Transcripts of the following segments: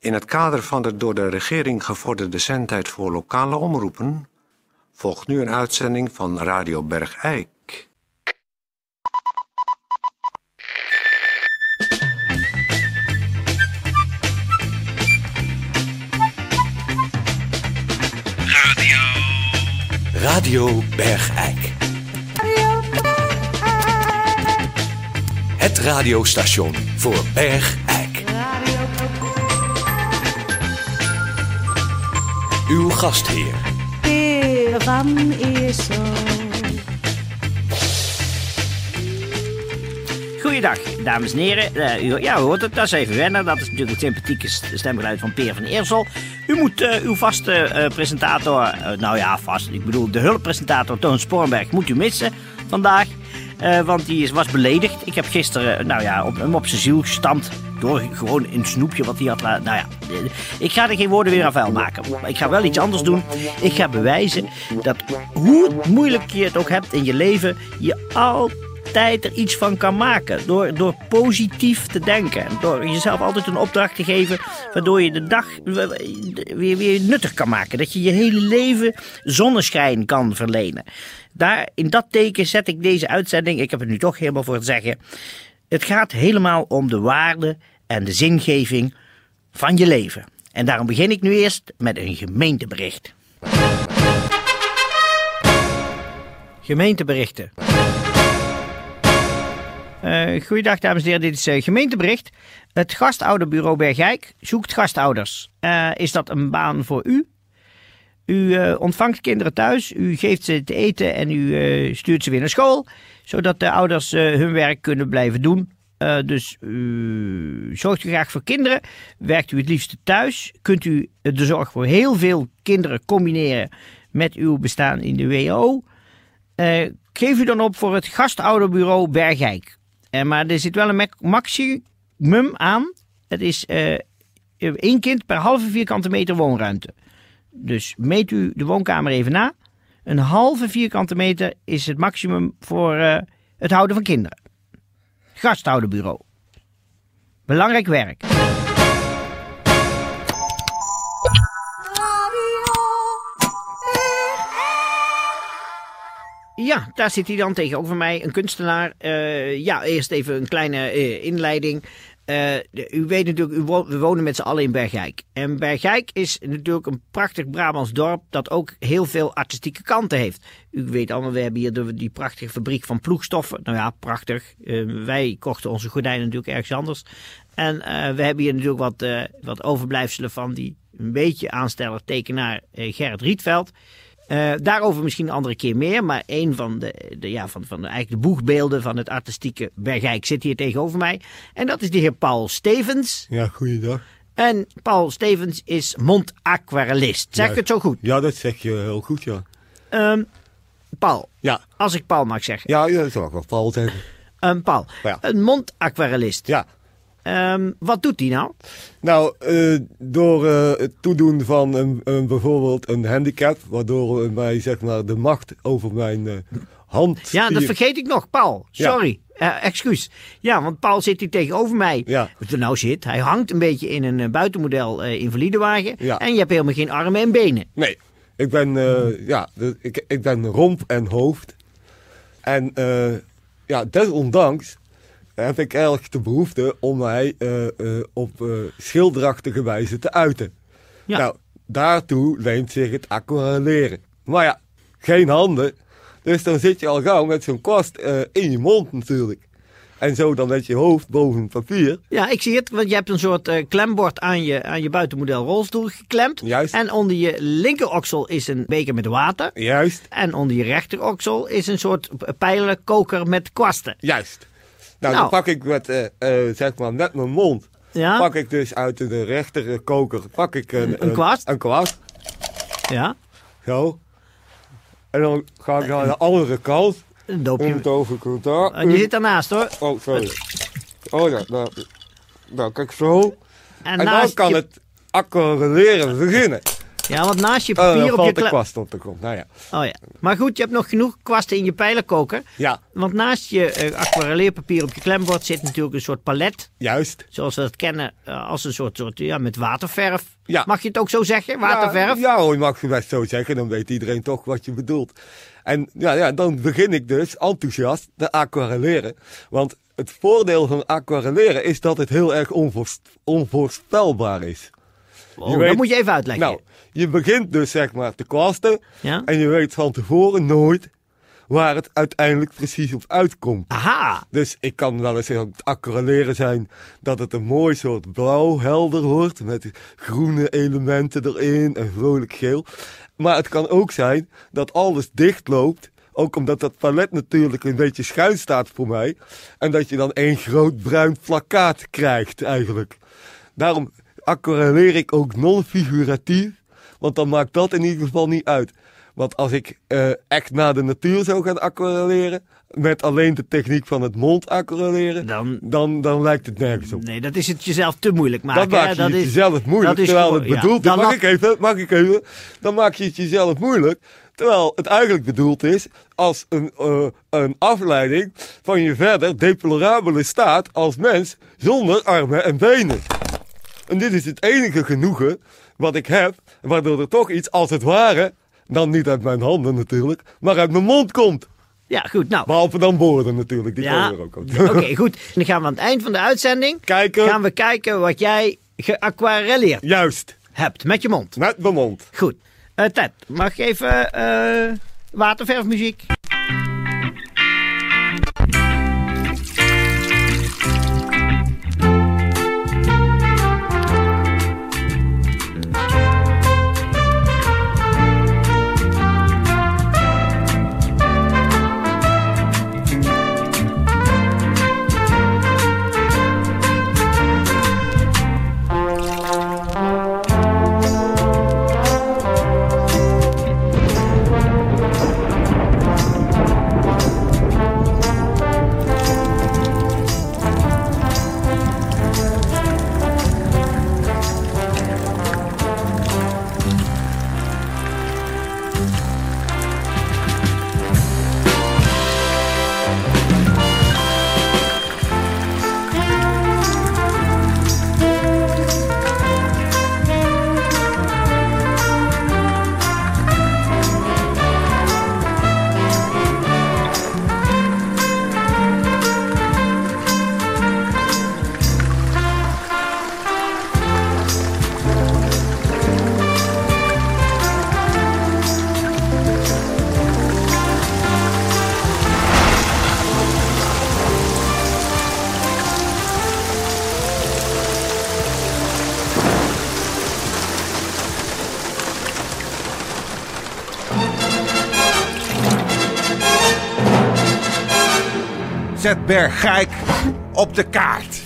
In het kader van de door de regering gevorderde zendtijd voor lokale omroepen volgt nu een uitzending van Radio Bergijk. Radio Bergijk. Het radiostation voor Bergijk. Uw gastheer Peer van Eersel. Goeiedag, dames en heren. U hoort het, dat is even wennen. Dat is natuurlijk het sympathieke stemgeluid van Peer van Eersel. U moet uw vaste presentator, ik bedoel de hulppresentator Toon Sporenberg moet u missen vandaag. Want die was beledigd. Ik heb gisteren, hem op zijn ziel gestampt door gewoon een snoepje wat hij had ik ga er geen woorden weer aan vuil maken. Ik ga wel iets anders doen. Ik ga bewijzen dat hoe moeilijk je het ook hebt in je leven, je altijd er iets van kan maken. Door positief te denken. Door jezelf altijd een opdracht te geven, waardoor je de dag weer nuttig kan maken. Dat je je hele leven zonneschijn kan verlenen. In dat teken zet ik deze uitzending, ik heb het nu toch helemaal voor te zeggen. Het gaat helemaal om de waarde en de zingeving van je leven. En daarom begin ik nu eerst met een gemeentebericht. Gemeenteberichten. Goeiedag dames en heren, dit is gemeentebericht. Het gastouderbureau Bergijk zoekt gastouders. Is dat een baan voor u? U ontvangt kinderen thuis, u geeft ze te eten en u stuurt ze weer naar school, zodat de ouders hun werk kunnen blijven doen. Dus zorgt u graag voor kinderen, werkt u het liefst thuis, kunt u de zorg voor heel veel kinderen combineren met uw bestaan in de WO. Geef u dan op voor het gastouderbureau Bergijk. Maar er zit wel een maximum aan. Het is 1 kind per halve vierkante meter woonruimte. Dus meet u de woonkamer even na. Een halve vierkante meter is het maximum voor het houden van kinderen. Gasthouderbureau. Belangrijk werk. Ja, daar zit hij dan tegenover mij, een kunstenaar. Eerst even een kleine inleiding. U weet natuurlijk, we wonen met z'n allen in Bergijk. En Bergijk is natuurlijk een prachtig Brabants dorp dat ook heel veel artistieke kanten heeft. U weet allemaal, we hebben hier die prachtige fabriek van ploegstoffen. Nou ja, prachtig. Wij kochten onze gordijnen natuurlijk ergens anders. En we hebben hier natuurlijk wat overblijfselen van die een beetje aansteller tekenaar Gerrit Rietveld. Daarover misschien een andere keer meer, maar een van eigenlijk de boegbeelden van het artistieke Bergijk zit hier tegenover mij. En dat is de heer Paul Stevens. Ja, goeiedag. En Paul Stevens is mondaquarellist. Zeg ik het zo goed? Ja, dat zeg je heel goed, ja. Paul, ja. Als ik Paul mag zeggen. Ja, dat zou ik wel Paul zeggen. Paul, ja. Een mondaquarellist. Ja. Wat doet hij nou? Nou, door het toedoen van bijvoorbeeld een handicap, waardoor mij zeg maar de macht over mijn hand... Ja, dat vergeet ik nog, Paul. Sorry, excuus. Ja, want Paul zit hier tegenover mij. Ja. Wat er nou zit, hij hangt een beetje in een buitenmodel invalidewagen. Ja. En je hebt helemaal geen armen en benen. Nee, ik ben, ik ben romp en hoofd. En desondanks heb ik eigenlijk de behoefte om mij op schilderachtige wijze te uiten. Ja. Nou, daartoe leent zich het aquarelleren. Maar ja, geen handen. Dus dan zit je al gauw met zo'n kwast in je mond natuurlijk. En zo dan met je hoofd boven het papier. Ja, ik zie het, want je hebt een soort klembord aan je buitenmodel rolstoel geklemd. Juist. En onder je linkeroksel is een beker met water. Juist. En onder je rechteroksel is een soort pijlenkoker met kwasten. Juist. Nou, dan pak ik met mijn mond, pak ik dus uit de rechterkoker, een kwast. Een kwast. Ja. Zo. En dan ga ik naar de andere kant. Een doopje. En je zit daarnaast hoor. Oh, sorry. Oh ja, nou kijk zo. En dan kan het aquarelleren beginnen. Ja, want naast je Dan papier op je valt de kwast op de grond. Nou ja. Oh ja. Maar goed, je hebt nog genoeg kwasten in je pijlenkoker. Ja, Want naast je aquarelleerpapier op je klembord zit natuurlijk een soort palet. juist. Zoals we dat kennen als een soort met waterverf. Ja. Mag je het ook zo zeggen, waterverf? Ja hoor, je mag het best zo zeggen. Dan weet iedereen toch wat je bedoelt. En ja, dan begin ik dus enthousiast te aquarelleren. Want het voordeel van aquarelleren is dat het heel erg onvoorspelbaar is. Oh, weet- dat moet je even uitleggen. Nou, je begint dus zeg maar te kwasten. Ja? En je weet van tevoren nooit waar het uiteindelijk precies op uitkomt. Aha. Dus ik kan wel eens aan het aquarelleren zijn dat het een mooi soort blauw helder wordt. Met groene elementen erin en vrolijk geel. Maar het kan ook zijn dat alles dicht loopt. Ook omdat dat palet natuurlijk een beetje schuin staat voor mij. En dat je dan één groot bruin plakkaat krijgt eigenlijk. Daarom aquarelleer ik ook non-figuratief. Want dan maakt dat in ieder geval niet uit. Want als ik echt naar de natuur zou gaan aquarelleren, met alleen de techniek van het mond aquarelleren, dan lijkt het nergens op. Nee, dat is het jezelf te moeilijk maken. Dan maak je het jezelf moeilijk, terwijl het bedoeld is. Mag ik even? Dan maak je het jezelf moeilijk, terwijl het eigenlijk bedoeld is als een afleiding van je verder deplorabele staat als mens zonder armen en benen. En dit is het enige genoegen wat ik heb, waardoor er toch iets als het ware, dan niet uit mijn handen natuurlijk, maar uit mijn mond komt. Ja, goed. Nou, Behalve dan woorden natuurlijk, die komen er ook uit. Oké, goed. En dan gaan we aan het eind van de uitzending Kijken. kijken wat jij geaquarelleerd Juist, hebt met je mond. met mijn mond. Goed. Ted, mag ik even waterverfmuziek? Zet Bergijk op de kaart.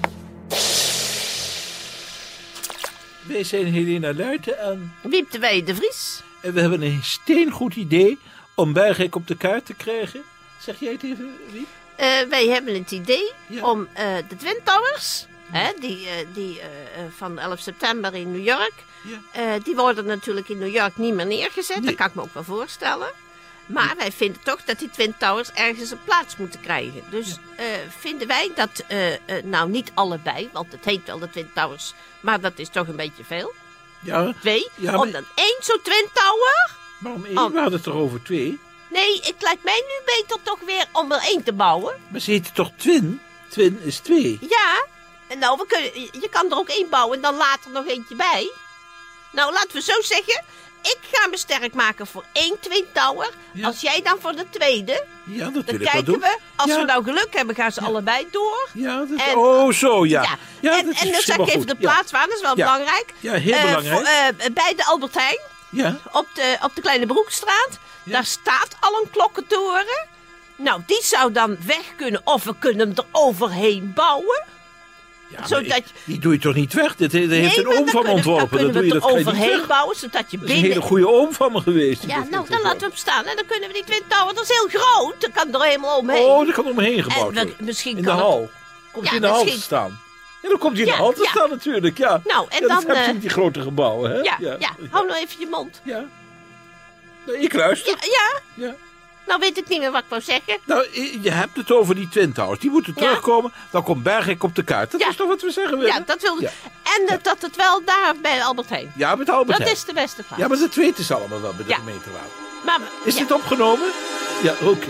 Wij zijn Helena Luiten en Wiep de Wij de Vries. we hebben een steengoed idee om Bergijk op de kaart te krijgen. Zeg jij het even, Wiep? Wij hebben het idee Ja. om de Twin Towers, die van 11 september in New York, die worden natuurlijk in New York niet meer neergezet. Nee. Dat kan ik me ook wel voorstellen. Maar wij vinden toch dat die Twin Towers ergens een plaats moeten krijgen. Dus vinden wij dat, nou niet allebei, want het heet wel de Twin Towers, maar dat is toch een beetje veel. Ja. 2, Ja, maar- om dan 1 zo'n Twin Tower. Waarom één? We hadden het er over 2. Nee, het lijkt mij nu beter toch weer om er 1 te bouwen. Maar ze heten toch Twin? Twin is 2. Ja, en nou, je kan er ook 1 bouwen en dan later nog eentje bij. Nou, laten we zo zeggen. Ik ga me sterk maken voor 1 Twin Tower. Ja. Als jij dan voor de tweede. Ja, dat Dan wil ik wel kijken doen. we. Als Ja. we nou geluk hebben, gaan ze allebei door. Ja, dat En- oh, zo, ja. Ja, en dat is dan zeg ik helemaal even goed. de Ja. plaats waar, dat is wel Ja. belangrijk. Ja, heel belangrijk. Bij de Albert Heijn, Ja. op de Kleine Broekstraat. Ja. Daar staat al een klokkentoren. Nou, die zou dan weg kunnen. Of we kunnen hem er overheen bouwen. Ja, maar Zodat die doe je toch niet weg? Dit heeft Nee, een maar oom dan van me ontworpen. Dan Dat doe je kunnen dat we kan er je niet overheen weg. bouwen, zodat je Dat is een hele binnen... goede oom van me geweest. Ja, nou, dan laten we hem staan. En dan kunnen we die Twin Tower, dat is heel groot. Dan kan er helemaal omheen. Oh, dat kan omheen gebouwd En worden. misschien In de kan hal. Komt Ja, in de hal te misschien- staan. En dan komt hij in de halte staan natuurlijk, ja. Nou, en ja, dan... dat hebben ze met die grote gebouwen, hè? Ja, hou nou even je mond. Ja. Nou, ik luister. Ja. Nou weet ik niet meer wat ik wou zeggen. Nou, je hebt het over die Twin Towers. Die moeten terugkomen. Dan komt Bergijk op de kaart. Dat is toch wat we zeggen willen? Ja, dat wilde En dat het wel daar bij Albert Heijn. Ja, met Albert Dat Heijn. is de beste plaats. Ja, maar dat weten ze allemaal wel bij de gemeenteraad. Maar, Is dit opgenomen? Ja, oké.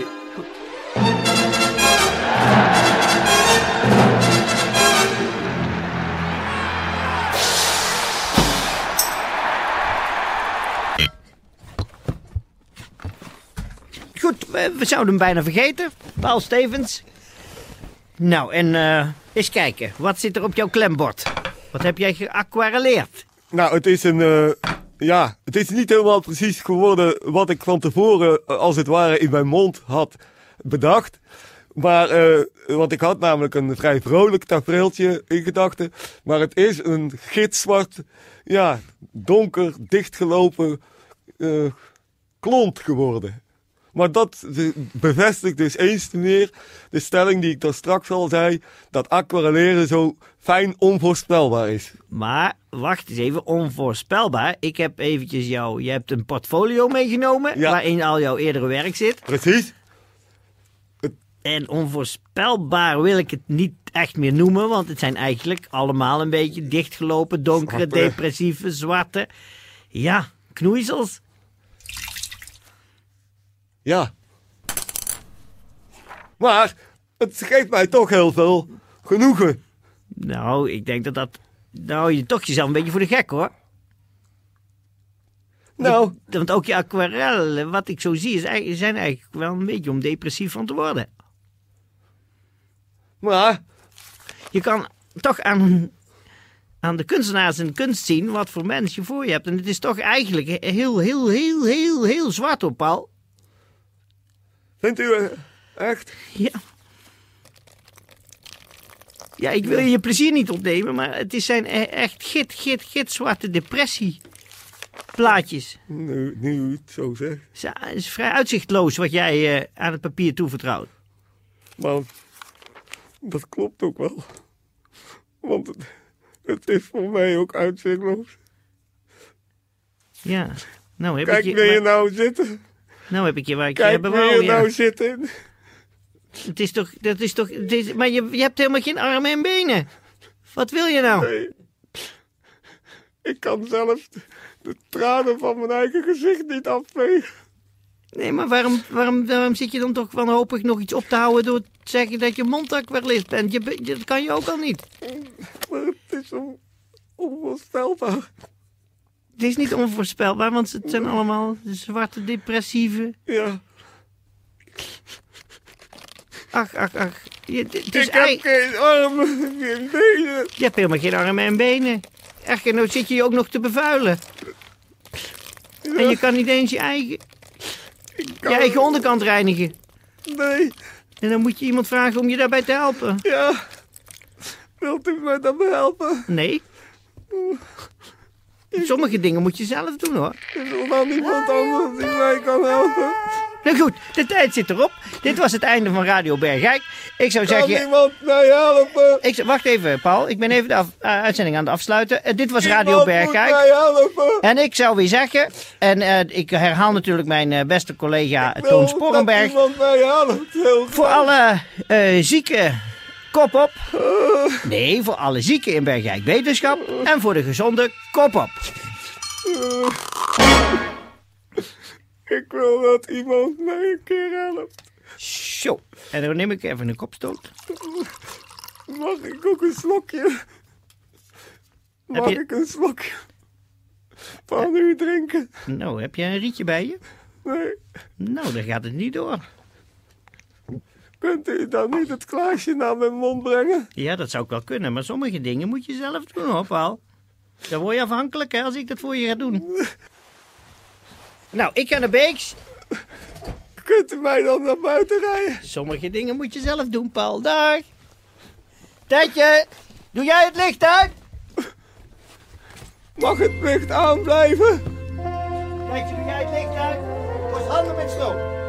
Goed, we zouden hem bijna vergeten. Paul Stevens. Nou, en eens kijken. Wat zit er op jouw klembord? Wat heb jij geaquarelleerd? Nou, het is het is niet helemaal precies geworden wat ik van tevoren, als het ware, in mijn mond had bedacht. Maar, want ik had namelijk een vrij vrolijk tafereeltje in gedachten. Maar het is een gitzwart, donker, dichtgelopen klont geworden. Maar dat bevestigt dus eens te meer de stelling die ik daar straks al zei, dat aquarelleren zo fijn onvoorspelbaar is. Maar, wacht eens even, onvoorspelbaar. Ik heb eventjes je hebt een portfolio meegenomen, waarin al jouw eerdere werk zit. Precies. En onvoorspelbaar wil ik het niet echt meer noemen, want het zijn eigenlijk allemaal een beetje dichtgelopen, donkere, depressieve, zwarte, knoeizels. Ja. Maar het geeft mij toch heel veel genoegen. Nou, ik denk dat je toch jezelf een beetje voor de gek, hoor. Nou. Want ook je aquarellen, wat ik zo zie, zijn eigenlijk wel een beetje om depressief van te worden. Maar je kan toch aan de kunstenaars en de kunst zien wat voor mens je voor je hebt. En het is toch eigenlijk heel zwart op, Paul. Vindt u echt? Ja. Ja, ik wil je plezier niet opnemen, maar het zijn echt gitzwarte depressieplaatjes. Nu u het zo zegt. Het is vrij uitzichtloos wat jij aan het papier toevertrouwt. Maar dat klopt ook wel. Want het is voor mij ook uitzichtloos. Ja. Nou heb Kijk, ik je, wil je nou zitten? Nou heb ik je waar ik Kijk, je bewoon. wil je nou zitten? Maar je hebt helemaal geen armen en benen. Wat wil je nou? Nee. Ik kan zelfs de tranen van mijn eigen gezicht niet afvegen. Nee, maar waarom zit je dan toch wanhopig nog iets op te houden door te zeggen dat je mondaquarellist bent? Dat kan je ook al niet. Maar het is onvoorspelbaar. Het is niet onvoorspelbaar, want het zijn allemaal zwarte depressieve... Ja. Ach. Ik heb geen armen, geen benen. Je hebt helemaal geen armen en benen. Echt, en nou zit je ook nog te bevuilen. Ja. En je kan niet eens je eigen onderkant reinigen. Nee. En dan moet je iemand vragen om je daarbij te helpen. Ja. Wilt u mij daarbij helpen? Nee. Sommige dingen moet je zelf doen, hoor. Is er dan niemand anders die mij kan helpen? Nou goed, de tijd zit erop. Dit was het einde van Radio Bergijk. Ik zou zeggen... Kan iemand mij helpen? Wacht even, Paul. Ik ben even de uitzending aan het afsluiten. Dit was Radio Bergijk. Mij helpen. En ik zou weer zeggen... En ik herhaal natuurlijk mijn beste collega Toon Sporenberg. Iemand mij helpt. Voor alle zieken... Kop op. Nee, voor alle zieken in Bergijk wetenschap. En voor de gezonde kop op. Ik wil dat iemand mij een keer helpt. Zo. En dan neem ik even een kopstoot. Mag ik ook een slokje? Mag ik een slokje van u drinken? Nou, heb je een rietje bij je? Nee. Nou, dan gaat het niet door. Kunt u dan niet het glaasje naar mijn mond brengen? Ja, dat zou ik wel kunnen, maar sommige dingen moet je zelf doen, hoor, Paul. Dan word je afhankelijk, hè, als ik dat voor je ga doen. Nou, ik ga naar Beeks. Kunt u mij dan naar buiten rijden? Sommige dingen moet je zelf doen, Paul. Dag. Tetje, doe jij het licht uit? Mag het licht aanblijven? Tetje, doe jij het licht uit? Kost handen met stroom.